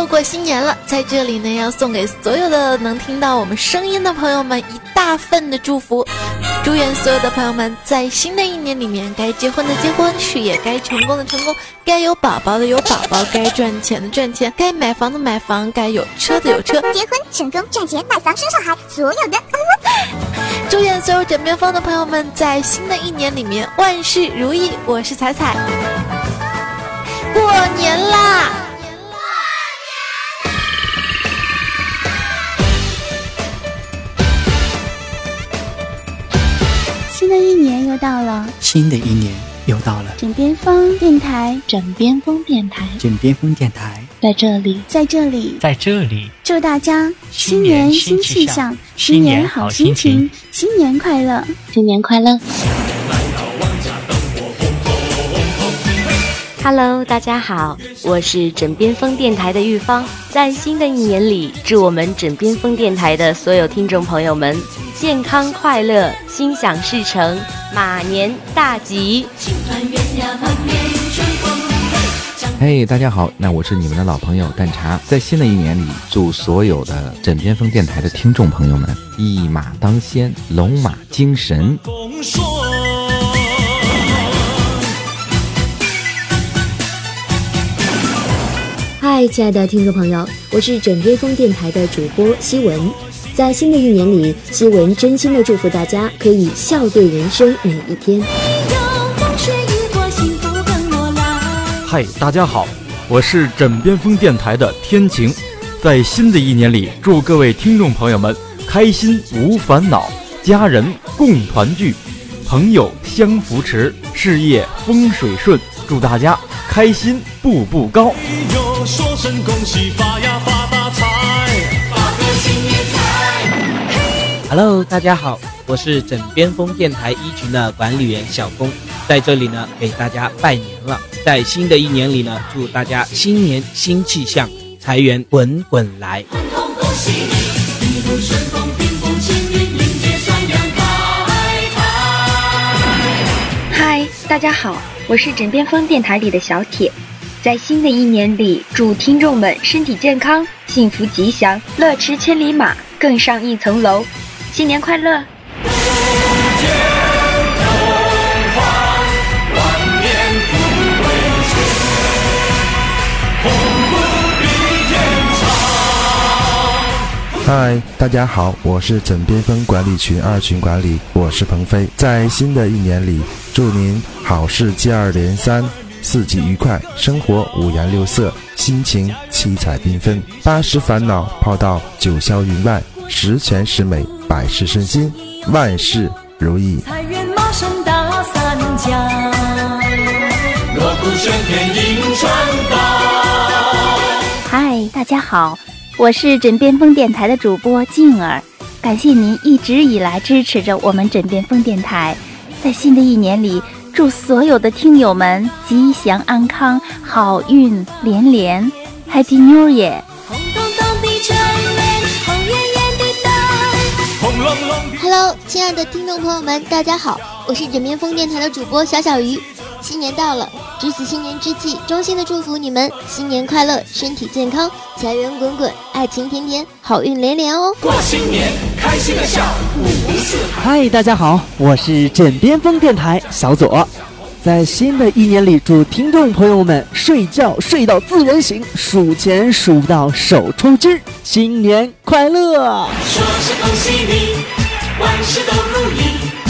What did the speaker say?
过新年了，在这里呢，要送给所有的能听到我们声音的朋友们一大份的祝福。祝愿所有的朋友们在新的一年里面，该结婚的结婚，事业该成功的成功，该有宝宝的有宝宝，该赚钱的赚钱，该买房的买房，该有车的有车， 结婚成功赚钱买房生小孩，所有的。 祝愿所有枕边风的朋友们在新的一年里面万事如意。我是彩彩，过年啦！ 新的一年又到了， 新的一年又到了。 枕边风电台， 枕边风电台， 枕边风电台， 在这里， 在这里， 在这里， 祝大家新年新气象，新年好心情，新年快乐， 新年快乐。Hello， 大家好，我是枕边风电台的玉芳。在新的一年里，祝我们枕边风电台的所有听众朋友们健康快乐，心想事成，马年大吉。 嘿，大家好，那我是你们的老朋友蛋茶。在新的一年里，祝所有的枕边风电台的听众朋友们一马当先，龙马精神。 嗨，亲爱的听众朋友，我是枕边风电台的主播希文。在新的一年里，希文真心的祝福大家可以笑对人生每一天。 嗨，大家好，我是枕边风电台的天晴。在新的一年里，祝各位听众朋友们开心无烦恼，家人共团聚，朋友相扶持，事业风水顺，祝大家开心步步高。 说声恭喜，发呀发大财，发个新年财。 Hello， 大家好，我是枕边风电台一群的管理员小峰，在这里呢给大家拜年了。在新的一年里呢，祝大家新年新气象，财源滚滚来。 恭喜你，一路顺风，平步青云，迎接三阳开泰。 嗨，大家好，我是枕边风电台里的小铁。在新的一年里，祝听众们身体健康，幸福吉祥，乐驰千里马，更上一层楼。新年快乐！ 嗨，大家好，我是枕边风管理群2群管理，我是鹏飞。在新的一年里，祝您好事接二连三，四季愉快，生活五颜六色，心情七彩缤纷，80烦恼抛到九霄云外，十全十美，百事顺心，万事如意。 财源茂盛大三江，锣鼓喧天迎春到。 嗨，大家好，我是枕边风电台的主播静儿，感谢您一直以来支持着我们枕边风电台。在新的一年里，祝所有的听友们吉祥安康，好运连连 Happy New Year。 Hello， 亲爱的听众朋友们，大家好，我是枕边风电台的主播小小鱼。新年到了，值此新年之际，衷心的祝福你们新年快乐，身体健康，财源滚滚，爱情甜甜，好运连连哦！ 过新年，开心的笑554。 嗨，大家好，我是枕边风电台小左。在新的一年里，祝听众朋友们睡觉睡到自然醒，数钱数到手抽筋，新年快乐！ 说是恭喜你，万事都如意。